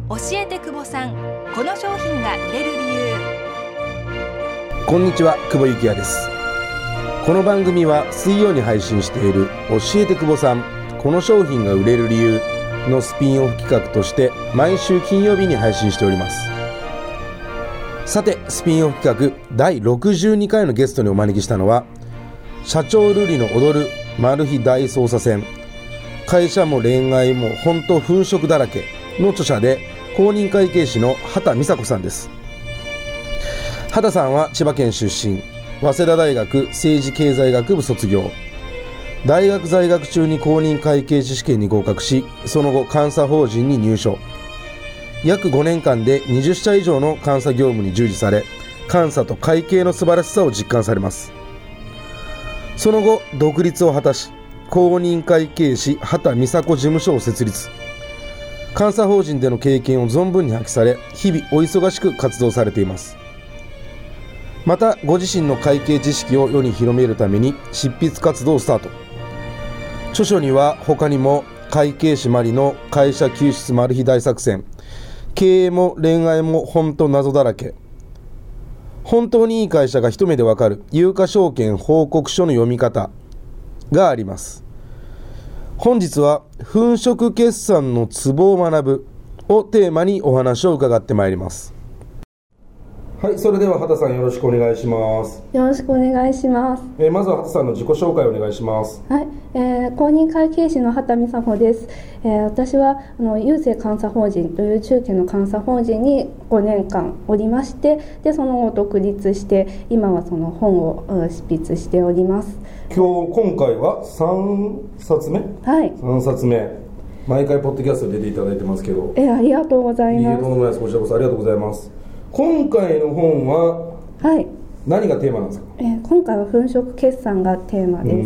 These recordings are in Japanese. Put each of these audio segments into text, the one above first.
教えて久保さん、この商品が売れる理由。 こんにちは、久保幸也です。この番組は水曜に配信している教えて久保さん、この商品が売れる理由のスピンオフ企画として毎週金曜日に配信しております。さて、スピンオフ企画第62回のゲストにお招きしたのは、社長瑠璃の踊るマル秘大捜査線、会社も恋愛も本当粉飾だらけの著者で公認会計士の畑美佐子さんです。畑さんは千葉県出身、早稲田大学政治経済学部卒業、大学在学中に公認会計士試験に合格し、その後監査法人に入所、約5年間で20社以上の監査業務に従事され、監査と会計の素晴らしさを実感されます。その後独立を果たし、公認会計士畑美佐子事務所を設立、監査法人での経験を存分に発揮され、日々お忙しく活動されています。またご自身の会計知識を世に広めるために執筆活動をスタート。著書には他にも会計士マリの会社救出マル秘大作戦、経営も恋愛も本当謎だらけ、本当にいい会社が一目でわかる有価証券報告書の読み方があります。本日は粉飾決算のツボを学ぶをテーマにお話を伺ってまいります。はい、それでは畑さん、よろしくお願いします。 よろしくお願いします。 まずは畑さんの自己紹介をお願いします。 はい、公認会計士の畑美佐子です。私は郵政監査法人という中堅の監査法人に5年間おりまして、でその後独立して今はその本を執筆しております。 今回は3冊目、 はい、 3冊目、毎回ポッドキャストに出ていただいてますけど、 ありがとうございます。 とんでもないです。こちらこそありがとうございます。今回の本は何がテーマなんですか？ 今回は粉飾決算がテーマです。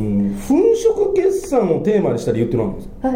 粉飾決算をテーマにした理由って何なんですか？ はい、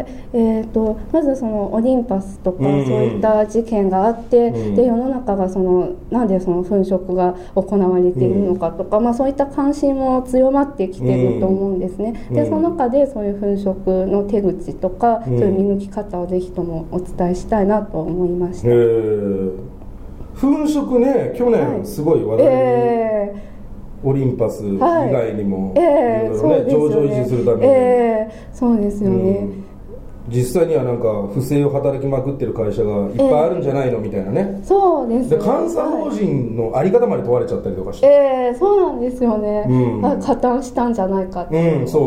まずそのオリンパスとかそういった事件があって、で世の中がなんでその粉飾が行われているのかとか、そういった関心も強まってきていると思うんですね。でその中でそういう粉飾の手口とか、そういう見抜き方をぜひともお伝えしたいなと思いました。 粉飾ね、去年すごい話題に、オリンパス以外にも、いろいろね、上場維持するために、 そうですよね。 実際にはなんか不正を働きまくってる会社がいっぱいあるんじゃないのみたいなね。 そうですね。 で監査法人のあり方まで問われちゃったりとかして、 そうなんですよね。加担したんじゃないかって、 そう、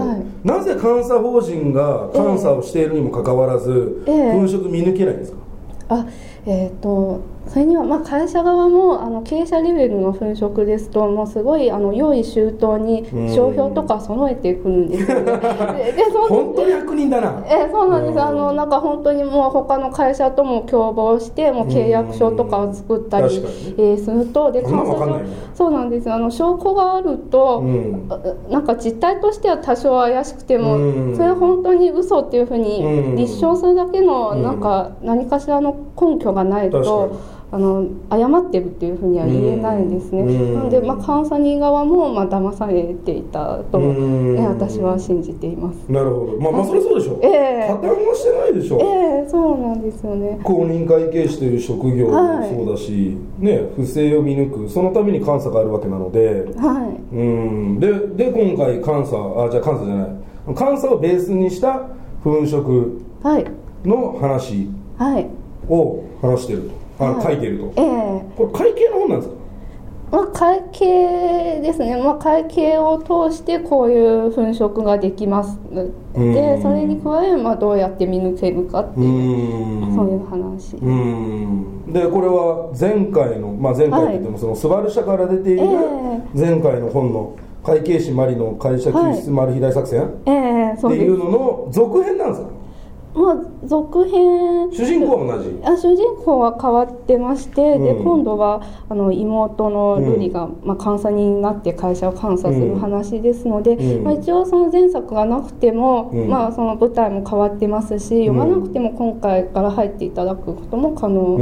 なぜ監査法人が監査をしているにもかかわらず、粉飾見抜けないんですか？ それには会社側も経営者レベルの粉飾ですと、もうすごい用意周到に商標とか揃えてくるんですよね。 本当に悪人だな。 そうなんです。なんか本当にもう他の会社とも共謀してもう契約書とかを作ったり、すると、でそうなんです。証拠があると、なんか実態としては多少怪しくても、それは本当に嘘っていうふうに立証するだけの何かしらの根拠がないと誤ってるっていうふうには言えないんですね。なので監査人側も騙されていたと、私は信じています。 なるほど。それそうでしょ。加担はしてないでしょ。 そうなんですよね。 公認会計士という職業もそうだし、不正を見抜く、そのために監査があるわけなので、で今回監査をベースにした粉飾の話を話していると。書いていると。これ会計の本なんですか？ 会計ですね。会計を通してこういう粉飾ができます。でそれに加えどうやって見抜けるかっていう、そういう話。 でこれは前回といってもそのスバル社から出ている前回の本の会計士マリの会社救出マル秘大作戦っていうのの続編なんですか？ 続編、 主人公は同じ？ 主人公は変わってまして、で今度は妹の瑠璃が監査人になって会社を監査する話ですので、一応その前作がなくても、その舞台も変わってますし、読まなくても今回から入っていただくことも可能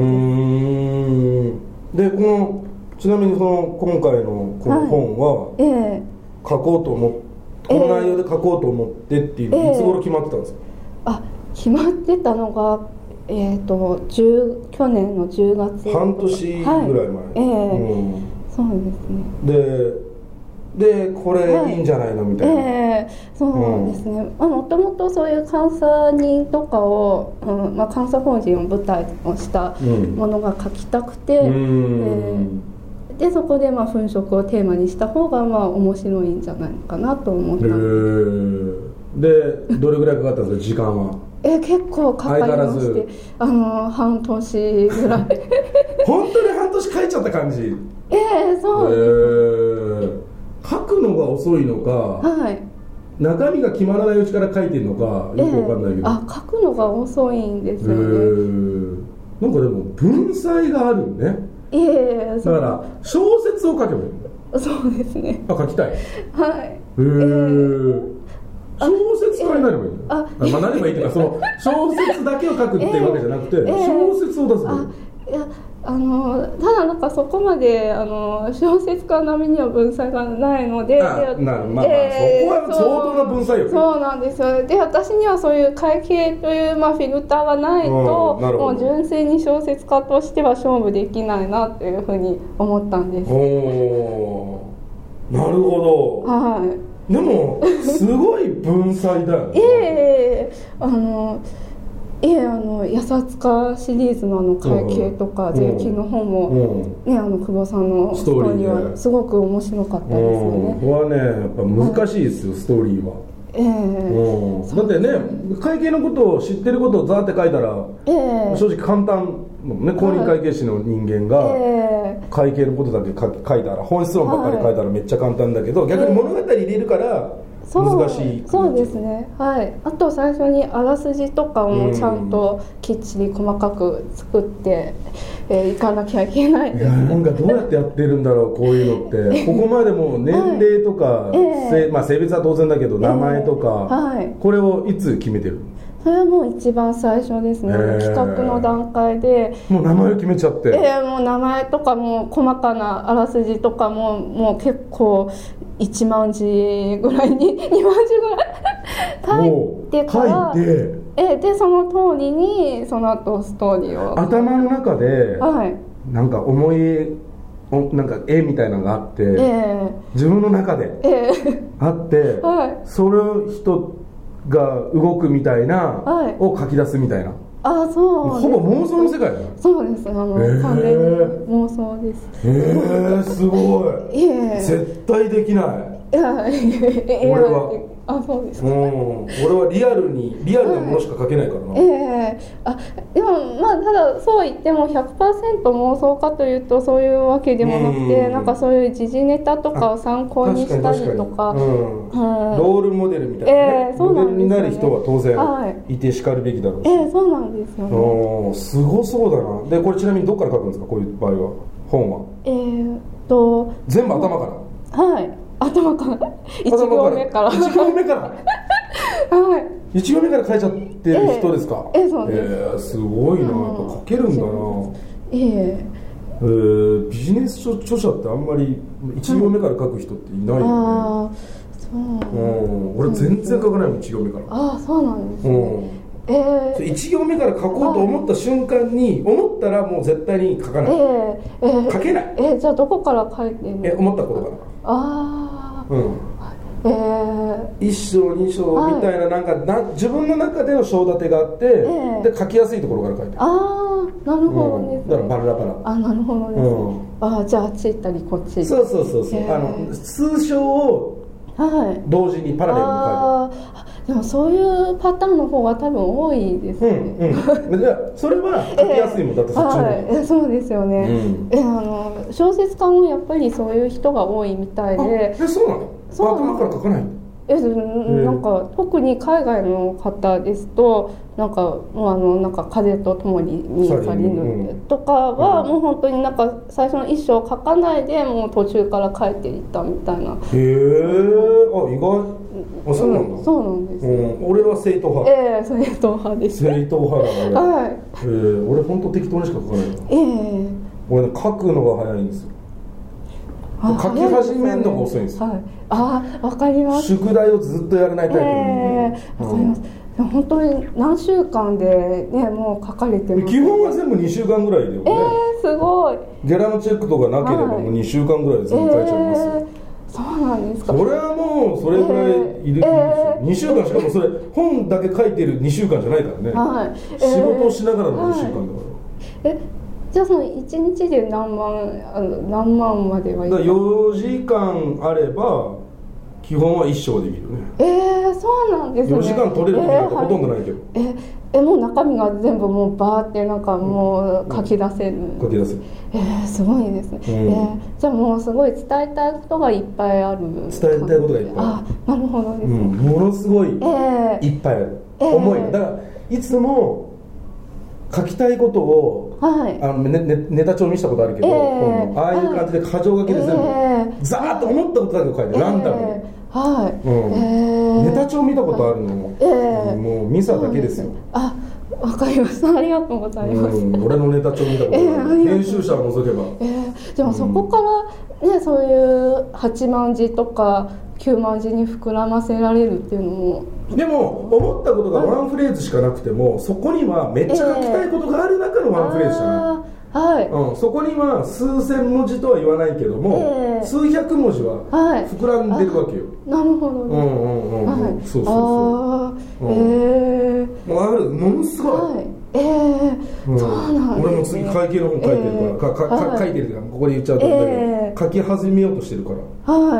です。でちなみに今回のこの本は、書こうと思ってこの内容で書こうと思ってっていうのいつ頃決まってたんですか？ 決まってたのが去年の10月半年ぐらい前、 そうですね。 でこれいいんじゃないのみたいな、 そうですね。もともとそういう監査人とかを、監査法人を舞台をしたものが書きたくて、でそこで粉飾をテーマにした方が面白いんじゃないのかなと思ったんで。でどれぐらいかかったんですか、時間は。 結構かかりまして、半年ぐらい本当に半年書いちゃった感じ。 そうです。 書くのが遅いのか、中身が決まらないうちから書いてるのかよくわかんないけど、 書くのが遅いんですよね。 なんかでも文才があるね。だから小説を書けばいいの。 そうですね。 書きたい。小説家になればいいの。なればいいっていうか、その小説だけを書くっていうわけじゃなくて、小説を出すの。 ただなんかそこまで小説家並みには文才がないので、そこは相当な文才よね。そうなんですよ。で私にはそういう会計というフィルターがないと、もう純粋に小説家としては勝負できないなというふうに思ったんです。 なるほど。でもすごい文才だよね。 やさつかシリーズの会計とか税金の本も、久保さんのストーリーはすごく面白かったですよね。 これはねやっぱ難しいですよ、ストーリーは。だってね、会計のことを知ってることをザーって書いたら、正直簡単ね、公認会計士の人間が会計のことだけ書いたら、本質論ばっかり書いたらめっちゃ簡単だけど、逆に物語入れるから難しい。 そうですね。あと最初にあらすじとかもちゃんときっちり細かく作っていかなきゃいけないです。 なんかどうやってやってるんだろう、こういうのってここまでも年齢とか、性別は当然だけど名前とか、これをいつ決めてる？ それはもう一番最初ですね。企画の段階でもう名前を決めちゃって、 もう名前とかも細かなあらすじとかもう結構1万字ぐらいに2万字ぐらい書いてからでその通りにその後ストーリーを頭の中で、なんか思いなんか絵みたいなのがあって、自分の中であって、それを人が動くみたいな、を書き出すみたいな。 そうほぼ妄想の世界だよ。 そうです。完全に妄想です。 すごい。絶対できない。俺はそうですか。 俺はリアルなものしか書けないからな。 でもただそう言っても 100% 妄想かというとそういうわけでもなくて、なんかそういう時事ネタとかを参考にしたりとか、 ロールモデルみたいなね、モデルになる人は当然いてしかるべきだろうし。 そうなんですよね。 すごそうだな。でこれちなみにどっから書くんですか、こういう場合は。本は全部頭から。 頭から1行目から 1行目から1行目から書いちゃってる人ですか。 そうです。 すごいな。やっぱ書けるんだな。ビジネス著者ってあんまり1行目から書く人っていないよね。俺全然書かないもん、1行目から。 そうなんですね。 1行目から書こうと思った瞬間に思ったらもう絶対に書かない。書けない。 じゃあどこから書いてるの？ 思ったことから。1章2章みたいな、なんか自分の中での章立てがあって、で書きやすいところから書いてる。 なるほどね。 だからバラバラ。 なるほどです。じゃああっち行ったりこっち行ったり。 そう数章を同時にパラレルに書いてる。 でもそういうパターンの方が多分多いですね。 それは書きやすいもんだってそっちの方が。そうですよね。小説家もやっぱりそういう人が多いみたいで。 そうなの？頭から書かないの？ なんか特に海外の方ですとなんか風と共に去りぬとかはもう本当になんか最初の一章書かないでもう途中から書いていったみたいな。 意外。そうなんだ。 そうなんです。 俺は正統派。 正統派です。 正統派だね。俺本当適当にしか書かないから。俺ね書くのが早いんですよ。書き始めるのが遅いんですよ。 わかります。 宿題をずっとやらないタイプなんで。 わかります。 本当に何週間でねもう書かれてます。 基本は全部2週間ぐらいだよね。 すごい。 ゲラのチェックとかなければもう2週間ぐらいで全部書いちゃいますよ。 そうなんですか。 それはもうそれぐらいいるでしょ、2週間しかもそれ本だけ書いてる2週間じゃないからね、仕事をしながらの2週間だから、 じゃあその1日で何万まではいかない？ 4時間あれば基本は1章できるね。 そうなんですね。 4時間取れる時なんかほとんどないけど、 もう中身が全部もうバーってなんかもう書き出せる、 書き出せる。 すごいですね、じゃあもうすごい伝えたいことがいっぱいある。 伝えたいことがいっぱいある。 なるほどですね、 ものすごいいっぱいある、思いだからいつも書きたいことを、ネタ帳見したことあるけど、ああいう感じで箇条書きで全部、ザーッと思ったことだけ書いて、ランダムに、ネタ帳見たことあるのも、もうミサだけですよ。 わかりました。ありがとうございます。 俺のネタ帳見たことある、編集者を除けば。 でもそこからね、そういう8万字とか9万字に膨らませられるっていうのも。 でも思ったことがワンフレーズしかなくても、そこにはめっちゃ書きたいことがある中のワンフレーズじゃない、そこには数千文字とは言わないけども、数百文字は膨らんでるわけよ。 なるほどね。 そうそうそう。ある、ものすごい。俺も次会計の本書いてるから書いてるからここで言っちゃうと書き始めようとしてるから。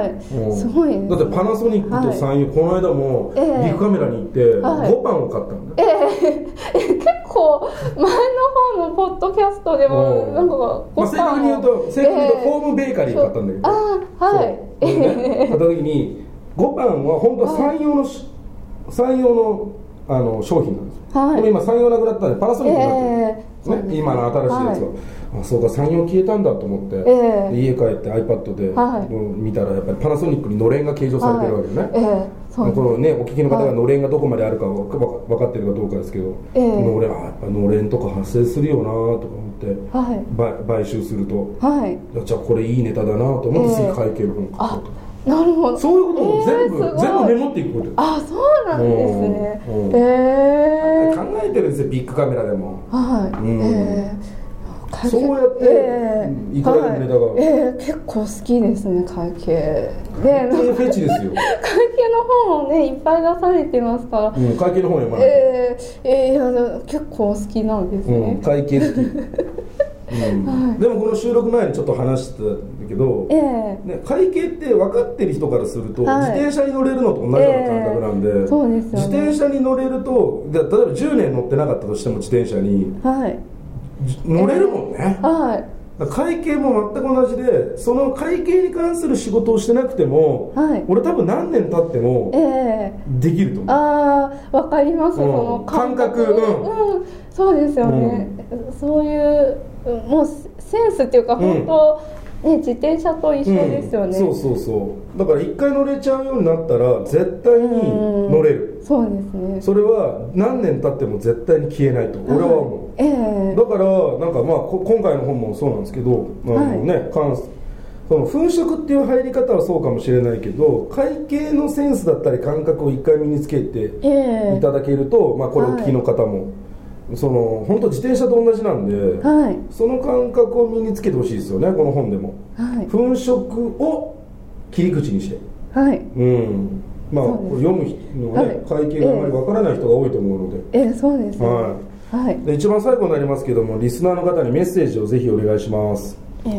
すごいね。 だってパナソニックとサンヨー、この間もビッグカメラに行って5パンを買ったんだよ。 結構前の方のポッドキャストでもなんか正確に言うとホームベーカリー買ったんだけど、買った時に5パンは本当はサンヨーの商品なんですよ。でも今サンヨーなくなったんでパナソニックになってる、今の新しいやつは、そうかサンヨー消えたんだと思って、家帰って iPad で見たらやっぱりパナソニックにのれんが計上されてるわけよね。このね、お聞きの方がのれんがどこまであるか分かってるかどうかですけど、のれん、やっぱのれんとか発生するよなとか思って買収すると、じゃあこれいいネタだなと思って次会計の本買ったと。 なるほど。 そういうことも全部メモっていくこと。 そうなんですね。 考えてるんですよ、ビッグカメラでも。そうやっていくらでもネタが。 結構好きですね、会計。 フェチですよ。 会計の本をねいっぱい出されてますから。 会計の本読まない。 いや結構好きなんですね。 会計好き。でもこの収録前にちょっと話してたんだけど、会計って分かってる人からすると、自転車に乗れるのと同じような感覚なんで、自転車に乗れると、例えば10年乗ってなかったとしても自転車に乗れるもんね。会計も全く同じで、その会計に関する仕事をしてなくても、俺多分何年経ってもできると思う。 わかります、その感覚。 そうですよね、そういうもうセンスっていうか本当、自転車と一緒ですよね。 そうだから一回乗れちゃうようになったら絶対に乗れる。 そうですね。それは何年経っても絶対に消えないと俺は思う。だからなんか今回の本もそうなんですけど、その粉飾っていう入り方はそうかもしれないけど、会計のセンスだったり感覚を一回身につけていただけると、これお聞きの方も本当自転車と同じなんで、その感覚を身につけてほしいですよね、この本でも。粉飾を切り口にして、これ読むのはね、会計があまりわからない人が多いと思うので。 そうですね。 で一番最後になりますけども、リスナーの方にメッセージをぜひお願いします。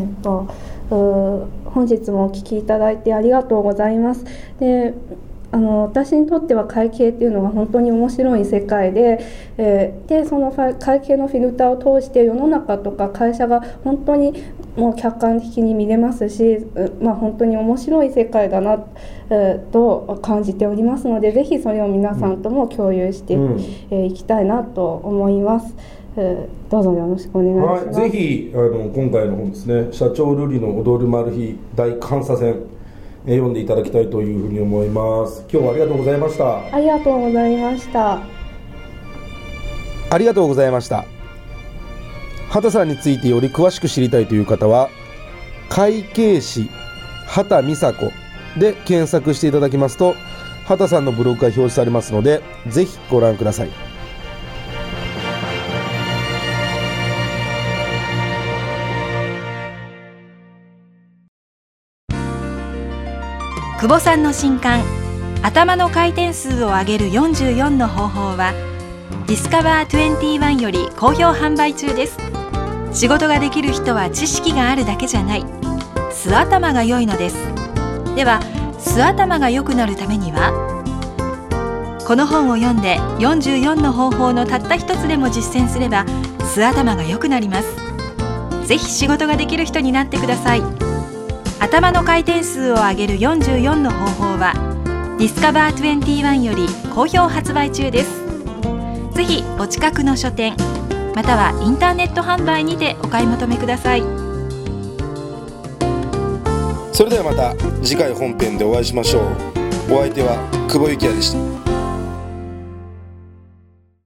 本日もお聞きいただいてありがとうございます。で私にとっては会計っていうのが本当に面白い世界で、その会計のフィルターを通して世の中とか会社が本当にもう客観的に見れますし、本当に面白い世界だなと感じておりますので、ぜひそれを皆さんとも共有していきたいなと思います。どうぞよろしくお願いします。 ぜひ今回の本ですね、社長瑠璃の踊るマル秘大監査戦、読んでいただきたいというふうに思います。今日はありがとうございました。 ありがとうございました。 ありがとうございました。畑さんについてより詳しく知りたいという方は、会計士畑美佐子で検索していただきますと、 畑さんのブログが表示されますので、ぜひご覧ください。 久保さんの新刊頭の回転数を上げる44の方法はディスカバー21より好評販売中です。仕事ができる人は知識があるだけじゃない、素頭が良いのです。では素頭が良くなるためには、この本を読んで44の方法のたった一つでも実践すれば素頭が良くなります。ぜひ仕事ができる人になってください。頭の回転数を上げる44の方法はディスカバー21より好評発売中です。ぜひお近くの書店またはインターネット販売にてお買い求めください。 それではまた次回本編でお会いしましょう。お相手は久保幸也でした。